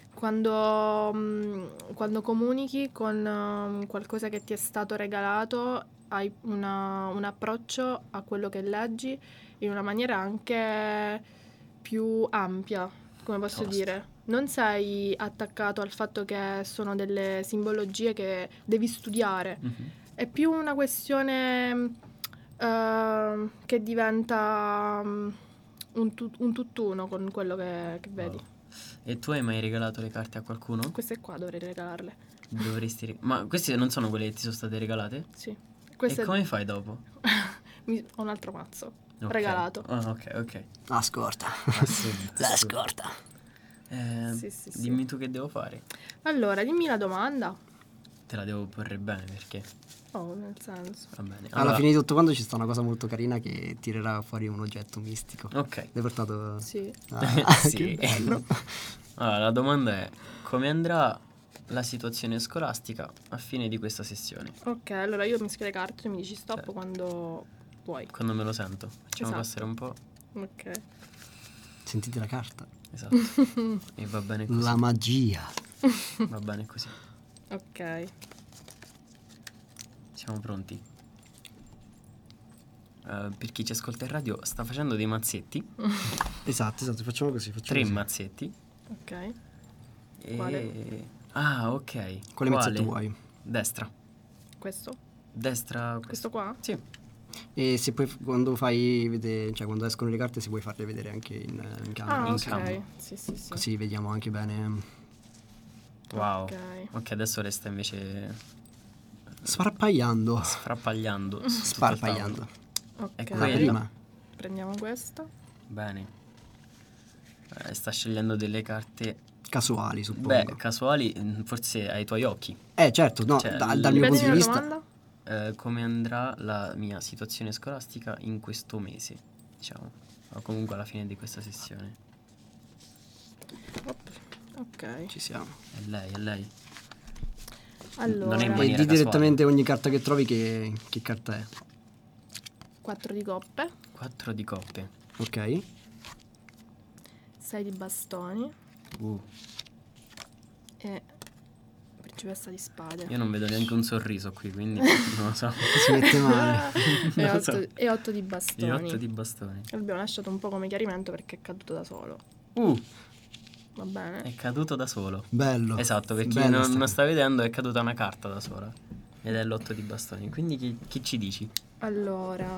quando comunichi con qualcosa che ti è stato regalato, hai un approccio a quello che leggi in una maniera anche più ampia, come posso Tosta. dire. Non sei attaccato al fatto che sono delle simbologie che devi studiare. Mhm. È più una questione che diventa un tutt'uno con quello che vedi. Wow. E tu hai mai regalato le carte a qualcuno? Queste qua dovrei regalarle. Dovresti... Ma queste non sono quelle che ti sono state regalate? Sì. E come fai dopo? Ho un altro mazzo. Ok. Regalato. Ah, ok. La scorta. Assurdo, La assurdo. scorta. Sì. Dimmi tu che devo fare. Allora, dimmi la domanda. Te la devo porre bene perché... Oh, nel senso. Va bene. Alla fine di tutto quando ci sta una cosa molto carina che tirerà fuori un oggetto mistico. Ok. L'hai portato? Sì. Sì. Che bello. Allora, la domanda è: come andrà la situazione scolastica a fine di questa sessione? Ok, allora io mischio le carte e mi dici stop Certo. quando vuoi. Quando me lo sento. Facciamo Esatto. passare un po'. Ok. Sentite la carta. Esatto. E va bene così. La magia. Va bene così. Ok. Siamo pronti. Per chi ci ascolta in radio, sta facendo dei mazzetti. Esatto, facciamo così. 3 mazzetti. Ok. E... Quale? Ah, ok. Quale mazzetto vuoi? Destra. Questo? Destra. Questo qua? Sì. E se poi quando fai vedere, cioè quando escono le carte, se puoi farle vedere anche in camera. Ah, in ok. camera. Sì. Così vediamo anche bene. Wow. Ok. Adesso resta invece Sparpagliando. sfrappagliando. su tutto il Sparpagliando. tavolo. Ok. È La quella. prima. Prendiamo questa. Bene. Sta scegliendo delle carte, Casuali, suppongo. beh, casuali, forse ai tuoi occhi. Certo, no, Cioè, dal mio punto Ripetimi di la vista. domanda? Come andrà la mia situazione scolastica in questo mese, diciamo, o comunque alla fine di questa sessione. Ok. Ci siamo. È lei. Allora, Non è in E maniera di direttamente casuale. ogni carta che trovi che carta è. 4 di coppe, 4 di coppe. Ok? 6 di bastoni Uh, e principessa di spade. io non vedo neanche un sorriso qui, quindi non lo so. Si mette male. e, Non 8, lo so. e 8 di bastoni. E 8 di bastoni. L'abbiamo lasciato un po' come chiarimento perché è caduto da solo. Va bene? È caduto da solo. Bello. Esatto, per chi Bella sta non cosa. sta vedendo è caduta una carta da sola. Ed è l'8 di bastoni. Quindi chi ci dici? Allora,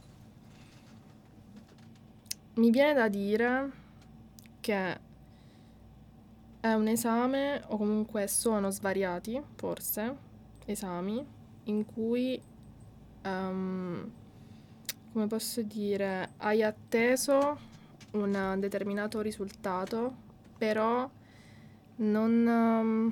mi viene da dire che è un esame, o comunque sono svariati, forse, esami, in cui, come posso dire, hai atteso un determinato risultato, però non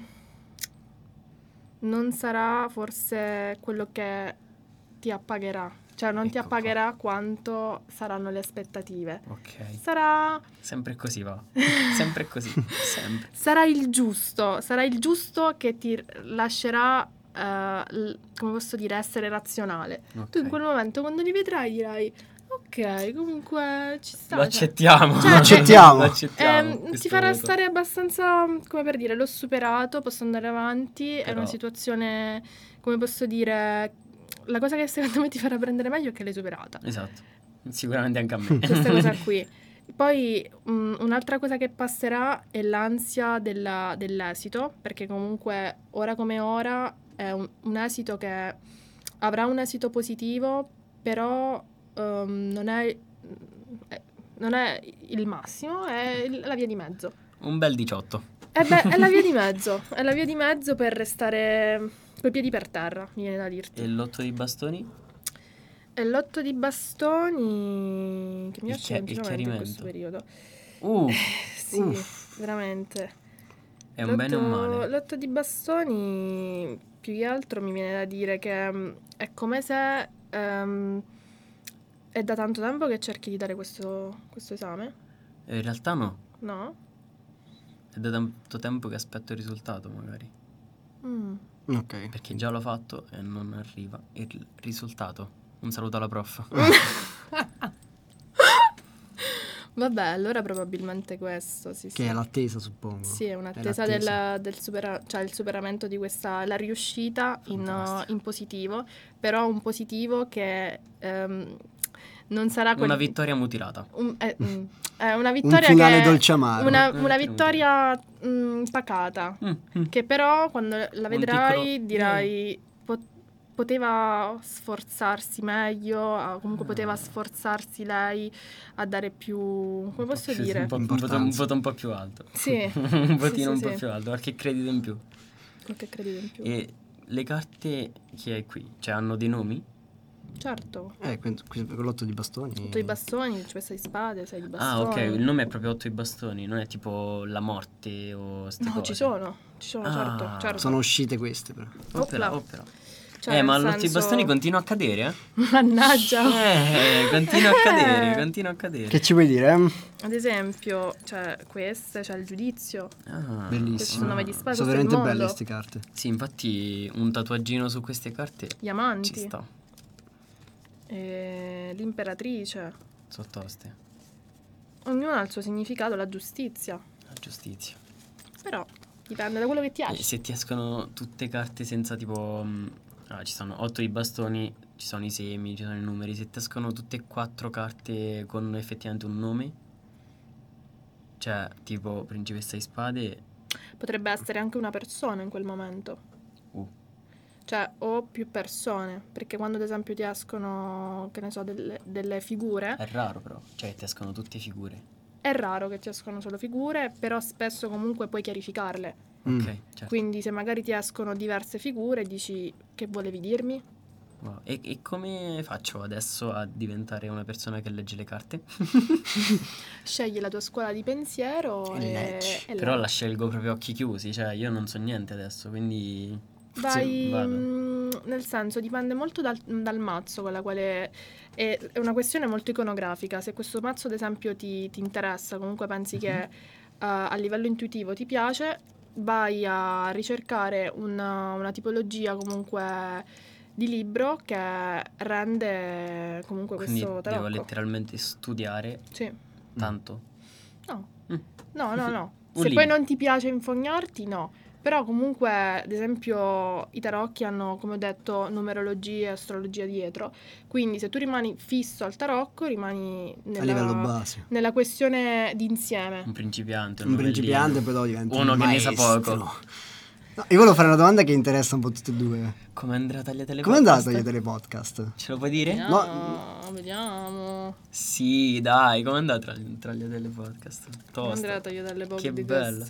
sarà forse quello che ti appagherà. Cioè non ti Ecco qua. appagherà quanto saranno le aspettative. Ok. Sempre così va. Sempre così. Sempre. Sarà il giusto che ti lascerà, come posso dire, essere razionale. Ok. Tu in quel momento quando li vedrai dirai, ok, comunque ci sta. Lo accettiamo. Cioè, Lo accettiamo. Lo accettiamo. ti questo farà voto. stare abbastanza, come per dire, l'ho superato, posso andare avanti, è Però- una situazione, come posso dire, la cosa che secondo me ti farà prendere meglio è che l'hai superata. Esatto. Sicuramente anche a me. Questa cosa qui. Poi un'altra cosa che passerà è l'ansia dell'esito, perché comunque ora come ora è un esito che avrà un esito positivo, però non è il massimo, è la via di mezzo. Un bel 18. È la via di mezzo, è la via di mezzo per restare coi piedi per terra, mi viene da dirti. E l'8 di bastoni? E l'8 di bastoni che mi Il piace continuamente in chiarimento. questo periodo. Uh, Sì, veramente. è un bene o un male? L'8 di bastoni, più che altro mi viene da dire che è come se è da tanto tempo che cerchi di dare questo esame, In realtà no. no? È da tanto tempo che aspetto il risultato, magari. Ok. Perché già l'ho fatto e non arriva il risultato. Un saluto alla prof. Vabbè, allora probabilmente questo, sì, Che è l'attesa, suppongo. Sì, è un'attesa È l'attesa. cioè il superamento di questa, la riuscita Fantastico. in positivo, però un positivo che non sarà Una vittoria mutilata. è una vittoria Un finale che dolce amaro. una vittoria pacata, Mm. che però quando la vedrai piccolo- dirai poteva sforzarsi meglio, comunque poteva sforzarsi lei a dare più, come posso dire? Un voto un po' più alto. Sì. Un votino Sì, un po' più alto, qualche credito in più. Qualche credito in più. E le carte che hai qui, cioè hanno dei nomi? Certo. Quell'otto di bastoni. 8 di bastoni, cioè 6 spade, 6 di bastoni. Ah, ok, il nome è proprio 8 di bastoni, non è tipo la morte o ste No, cose. ci sono, Ah. certo. Sono uscite queste però. Opera. Cioè, Ma nel l'8 di senso- bastoni continua a cadere, eh? Mannaggia. Continua a cadere. Che ci vuoi dire? Ad esempio, cioè queste, c'è il giudizio. Ah, Bellissimo. Questi sono 9 di spade, Sono questo è il veramente mondo. belle queste carte. Sì, infatti un tatuaggino su queste carte Gli amanti. ci sta, L'imperatrice. sottoste. Ognuno ha il suo significato, la giustizia. La giustizia. Però dipende da quello che ti E piace. se ti escono tutte carte senza tipo... ci sono 8 di bastoni, ci sono i semi, ci sono i numeri. Se ti escono tutte e 4 carte con effettivamente un nome, cioè tipo principessa di spade, Potrebbe essere anche una persona in quel momento. Cioè, o più persone. Perché quando ad esempio ti escono, che ne so, delle figure, è raro però, cioè ti escono tutte figure. è raro che ti escono solo figure, però spesso comunque puoi chiarificarle. Ok, certo. Quindi se magari ti escono diverse figure, dici che volevi dirmi? Wow. E come faccio adesso a diventare una persona che legge le carte? Scegli la tua scuola di pensiero E e leggi. Però la scelgo proprio a occhi chiusi, cioè io non so niente adesso, quindi vai, vado. nel senso, dipende molto dal mazzo con la quale... È una questione molto iconografica. Se questo mazzo, ad esempio, ti interessa, comunque pensi che a livello intuitivo ti piace, vai a ricercare una tipologia comunque di libro che rende comunque Quindi questo devo tarocco. letteralmente studiare Sì. tanto. No. Mm. No. Un Se libro. poi non ti piace infognarti, no. Però comunque, ad esempio, i tarocchi hanno, come ho detto, numerologia e astrologia dietro. Quindi se tu rimani fisso al tarocco, rimani A livello base. nella questione d'insieme. Un principiante, Un principiante però diventa uno un che ne sa maestro. poco. No, io volevo fare una domanda che interessa un po' tutte e due. Come andrà Tagliatele Come è andato Podcast? a vedere podcast? Ce lo puoi dire? Vediamo. Sì, dai, come è andato Tagliatele Podcast? Come Tosta. andrà a tagliare le Che bello.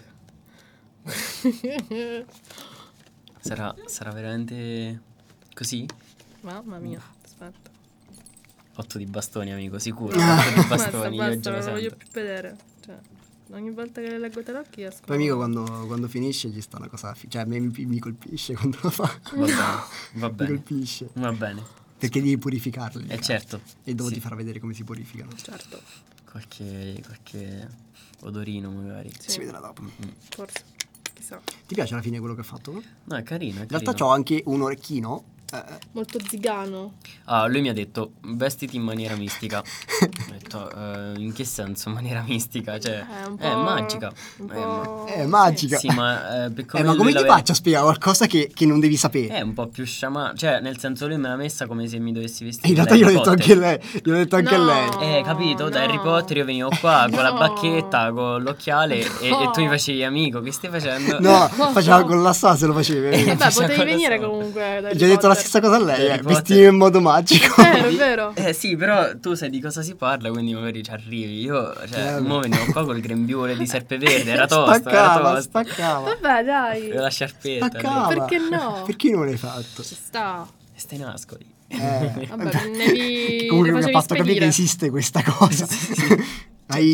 Sarà veramente così? Mamma mia, aspetta. 8 di bastoni, amico, sicuro. Ah. 8 di bastoni, io Basta, già non lo lo voglio sento. più vedere. Cioè, ogni volta che leggo i tarocchi esco. Poi amico quando finisce ci sta una cosa, cioè a me mi colpisce quando lo fa. Va Mi bene. colpisce. Va bene. Perché devi purificarle. le Certo. carte. E devo Sì. ti far vedere come si purificano. Certo, Qualche odorino magari. sì, Si vedrà dopo. forse. Chissà. Ti piace alla fine quello che ha fatto? In No, è carino, è realtà carino. c'ho anche un orecchino. Molto zigano. Ah, lui mi ha detto vestiti in maniera mistica. Ho detto in che senso maniera mistica? Cioè, È un è po'. magica. Un po'. È magica. Sì, ma per come ma come lui ti faccio a spiegare qualcosa che non devi sapere? È un po' più sciamano, cioè nel senso lui me l'ha messa come se mi dovessi vestire In da realtà gliel'ho Harry detto Potter. anche lei. Gliel'ho detto anche a No. lei. Capito? Da No. Harry Potter io venivo qua con la No. bacchetta, con l'occhiale e tu mi facevi amico, che stai facendo? No, faceva con la sa se lo facevi. Vabbè, Faccia potevi cosa venire so. comunque da Harry Gli ho detto la Potter. stessa cosa a lei, Harry Potter. vestire in modo magico. È vero. Sì, però tu sai di cosa si parla, quindi magari ci arrivi. Io, cioè, Vabbè. mo venivo qua col grembiule di Serpeverde, era tosto, era tosto. Spaccava. Vabbè, dai. La sciarpetta. Spaccava. lì. Perché no? Perché non l'hai fatto? Ci sta. E stai nascoli. Vabbè, ne Comunque mi ha facevi fatto capire che spedire. esiste questa cosa. Hai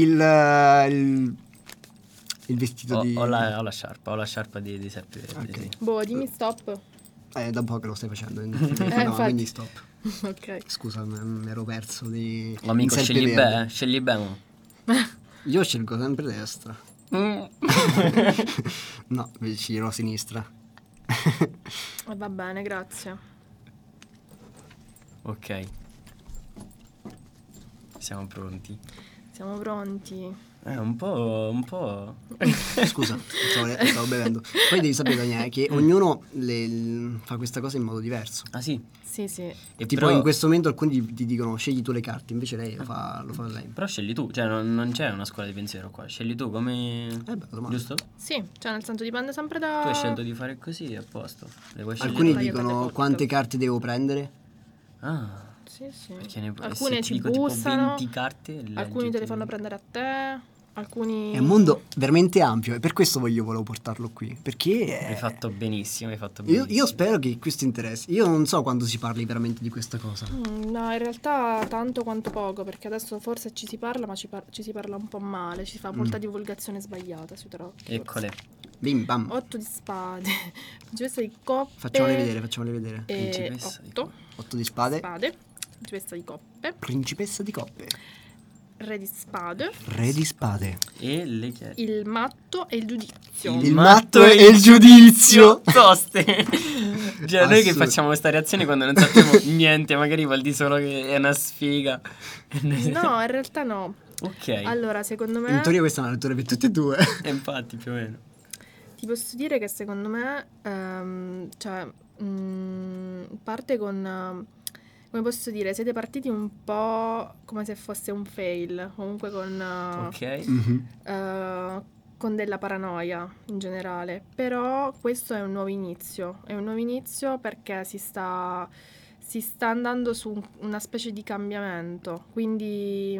il vestito di... Ho la sciarpa di Serpeverde, Ok. sì. Boh, dimmi stop. Da un po' che lo stai facendo. No, infatti. quindi stop. Ok. Scusa, mi ero perso di... Amico, in scegli Serpeverde. bene, scegli bene. Io scelgo sempre destra. Mm. No, vicino a sinistra. Va bene, grazie. Ok. Siamo pronti. Siamo pronti. Un po'. Scusa, stavo bevendo. Poi devi sapere, Daniele, che ognuno fa questa cosa in modo diverso. Ah sì? Sì, sì. E Tipo però, in questo momento alcuni ti dicono scegli tu le carte, invece lei lo fa lei. però scegli tu, cioè non c'è una scuola di pensiero qua, scegli tu come... bella domanda. Giusto? Sì, cioè nel senso dipende sempre da... Tu hai scelto di fare così, a posto. Le vuoi scegliere Alcuni tu? Tagliate dicono podcast. quante carte devo prendere. Ah, Sì, sì. perché Alcune se ci ti dico tipo bussano, 20 carte, alcuni te le leggiti. fanno prendere a te, alcuni... È un mondo veramente ampio e per questo volevo portarlo qui. Perché Hai fatto benissimo, hai fatto io benissimo. spero che questo interessi. Io non so quando si parli veramente di questa cosa. No, in realtà tanto quanto poco, perché adesso forse ci si parla, ma ci si parla un po' male, ci si fa molta divulgazione sbagliata sui tarocchi. Eccole. Bim bam. 8 di spade, principessa di coppe Facciamole vedere. e Principessa di 8 8 di spade. spade, principessa di coppe, Principessa di coppe. re di spade, Re di spade. E le chiavi. il matto e il giudizio. Il matto e il giudizio. Toste. Cioè, noi che Assurdo. facciamo questa reazione quando non sappiamo niente, magari vuol dire solo che è una sfiga. No, in realtà no. Ok. Allora, secondo me... In teoria questa è una lettura per tutti e due. Infatti, più o meno. Ti posso dire che secondo me, parte con, come posso dire, siete partiti un po' come se fosse un fail, comunque Ok. con della paranoia in generale, però questo è un nuovo inizio perché si sta andando su una specie di cambiamento, quindi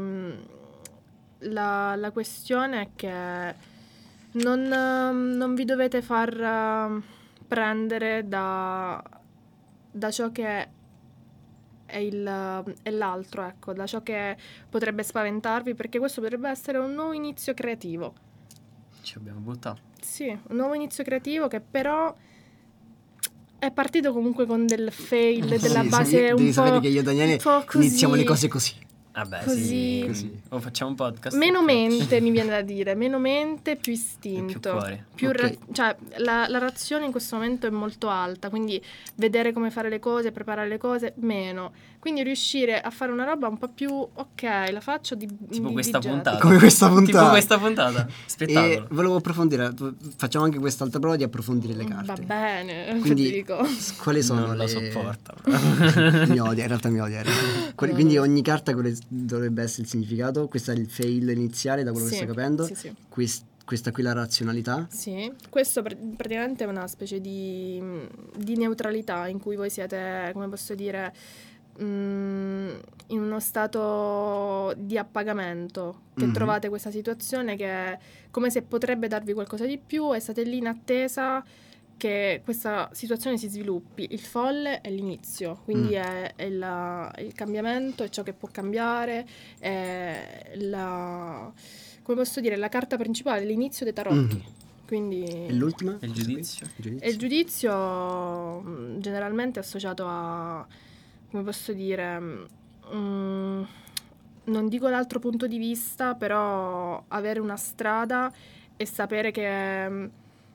la questione è che non vi dovete far prendere da ciò che è l'altro, ecco, da ciò che potrebbe spaventarvi, perché questo potrebbe essere un nuovo inizio creativo. Ci abbiamo buttato. Sì, un nuovo inizio creativo che però è partito comunque con del fail, della Sì, base un devi po', sapere che io e Daniele un po' così. iniziamo le cose così. Vabbè, Così. sì. O facciamo un podcast. Meno ok. mente, mi viene da dire, meno mente, più istinto. E più cuore. Ok. Cioè, la razione in questo momento è molto alta, quindi vedere come fare le cose, preparare le cose, meno. Quindi riuscire a fare una roba un po' più, ok, la faccio di Tipo questa getto. puntata. Come questa Tipo puntata. questa puntata. E Spettacolo. volevo approfondire, facciamo anche quest'altra prova di approfondire le carte. Va bene, Quindi Federico. quali sono Non le... la sopporta. Mi odia, in realtà mi odia. Quindi ogni carta dovrebbe essere il significato. Questo è il fail iniziale, da quello che Sì, sto capendo. sì. Questa qui la razionalità. Sì, questo praticamente è una specie di neutralità in cui voi siete, come posso dire, in uno stato di appagamento, che Mhm. trovate questa situazione che è come se potrebbe darvi qualcosa di più e state lì in attesa che questa situazione si sviluppi. Il folle è l'inizio, quindi è il cambiamento, è ciò che può cambiare, è come posso dire, la carta principale, l'inizio dei tarocchi. Quindi E l'ultima? Il giudizio? e il giudizio generalmente è associato a, come posso dire, non dico l'altro punto di vista, però avere una strada e sapere che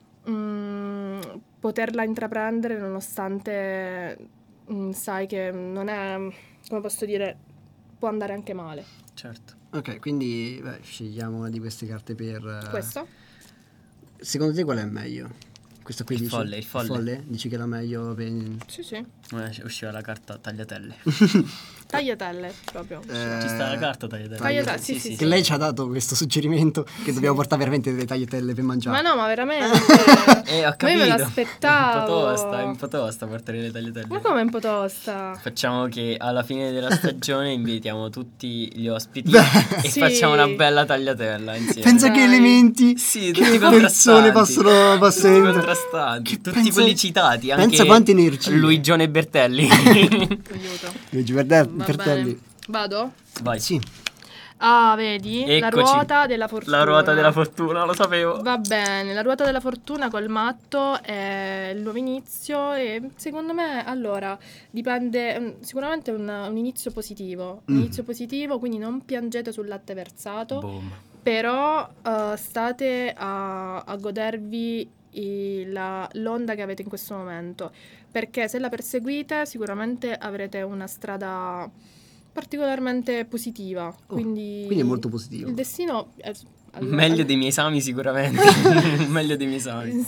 poterla intraprendere nonostante sai che non è, come posso dire, può andare anche male. Certo. Ok, quindi scegliamo una di queste carte per... Questo? Secondo te qual è meglio? Questa qui Il dici? folle, il folle. Dici che è la meglio per... Sì. Usciva la carta tagliatelle. Tagliatelle, proprio. Ci sta la carta tagliatelle. Tagliatelle, sì. Che lei ci ha dato questo suggerimento che dobbiamo portare veramente delle tagliatelle per mangiare. Ma no, ma veramente. Ho capito. Io me l'aspettavo. È un po' tosta portare le tagliatelle. Ma come è un po' tosta? Facciamo che alla fine della stagione invitiamo tutti gli ospiti Beh, e sì. facciamo una bella tagliatella insieme. Pensa che Dai. elementi Sì, che tutti persone contrastanti. possono Tutti entrare. contrastanti, Che tutti pensa- quelli citati, anche pensa quante energie. Luigione Bertelli. Aiuto. Luigi Va Bertelli. bene. Vado? Vai. Sì. Ah, vedi? La Eccoci. ruota della fortuna. La ruota della fortuna, lo sapevo. Va bene, la ruota della fortuna col matto è il nuovo inizio e secondo me, allora, dipende, sicuramente è un inizio positivo. Un inizio positivo, quindi non piangete sul latte versato, Boom. però state a godervi l'onda che avete in questo momento, perché se la perseguite sicuramente avrete una strada particolarmente positiva, quindi quindi è molto positivo. il destino Meglio dei miei esami sicuramente. Meglio dei miei esami.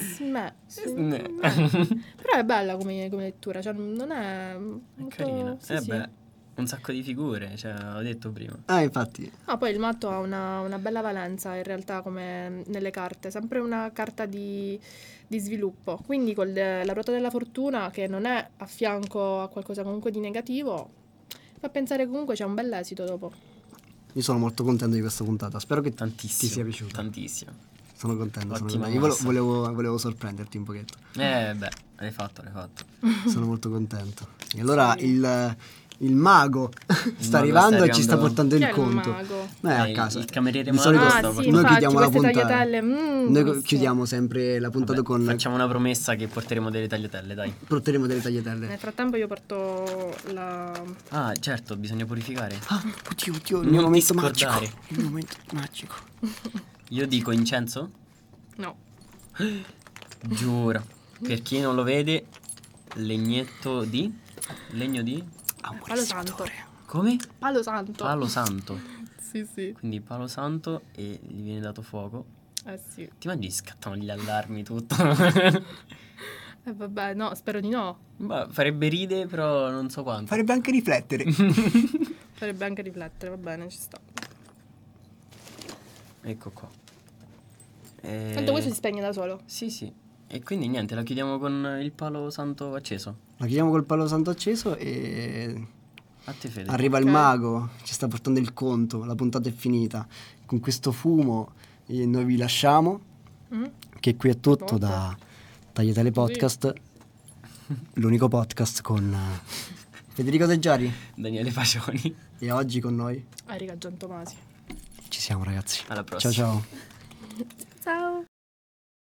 Però è bella come lettura, cioè non è molto... Carina. sì, sì. Un sacco di figure, cioè, ho detto prima. Infatti. Poi il matto ha una bella valenza in realtà come nelle carte, sempre una carta di sviluppo, quindi con la ruota della fortuna che non è a fianco a qualcosa comunque di negativo, fa pensare comunque c'è un bel esito dopo. Io sono molto contento di questa puntata, spero che ti sia piaciuta. Tantissimo. Sono contento, Ottima Io mossa. volevo sorprenderti un pochetto. L'hai fatto. Sono molto contento. E allora il mago sta arrivando e ci sta portando Chi il è conto. il mago? Noi a casa. Il cameriere Di mago solito sta Sì, portando. noi infatti, chiudiamo la queste puntata. tagliatelle, Noi buonissime. chiudiamo sempre la puntata con Facciamo una promessa che porteremo delle tagliatelle, dai. porteremo delle tagliatelle. Nel frattempo io porto la... Ah, certo, bisogna purificare. Oddio, il Non mio ti momento scordare. magico. Il mio momento magico. Io dico incenso? No. Giuro. Per chi non lo vede, legno di Palo santo. come? Palo santo. Palo santo. Sì, sì. Quindi palo santo e gli viene dato fuoco. Sì. Ti immagini scattano gli allarmi tutto? Vabbè, no, spero di no. Ma farebbe ride, però non so quanto. Farebbe anche riflettere. Farebbe anche riflettere, va bene, ci sta. Ecco qua. Tanto questo si spegne da solo. Sì. E quindi niente, la chiudiamo con il palo santo acceso. La chiudiamo col palo santo acceso e A te, Fede. arriva Ok. il mago, ci sta portando il conto, la puntata è finita. Con questo fumo noi vi lasciamo, Mm? che qui è tutto Notte. da Tagliatelle Podcast, l'unico podcast con Federico Teggiari Daniele Facioni. e oggi con noi Erika Giantomasi. ci siamo ragazzi. Alla prossima. Ciao. Ciao.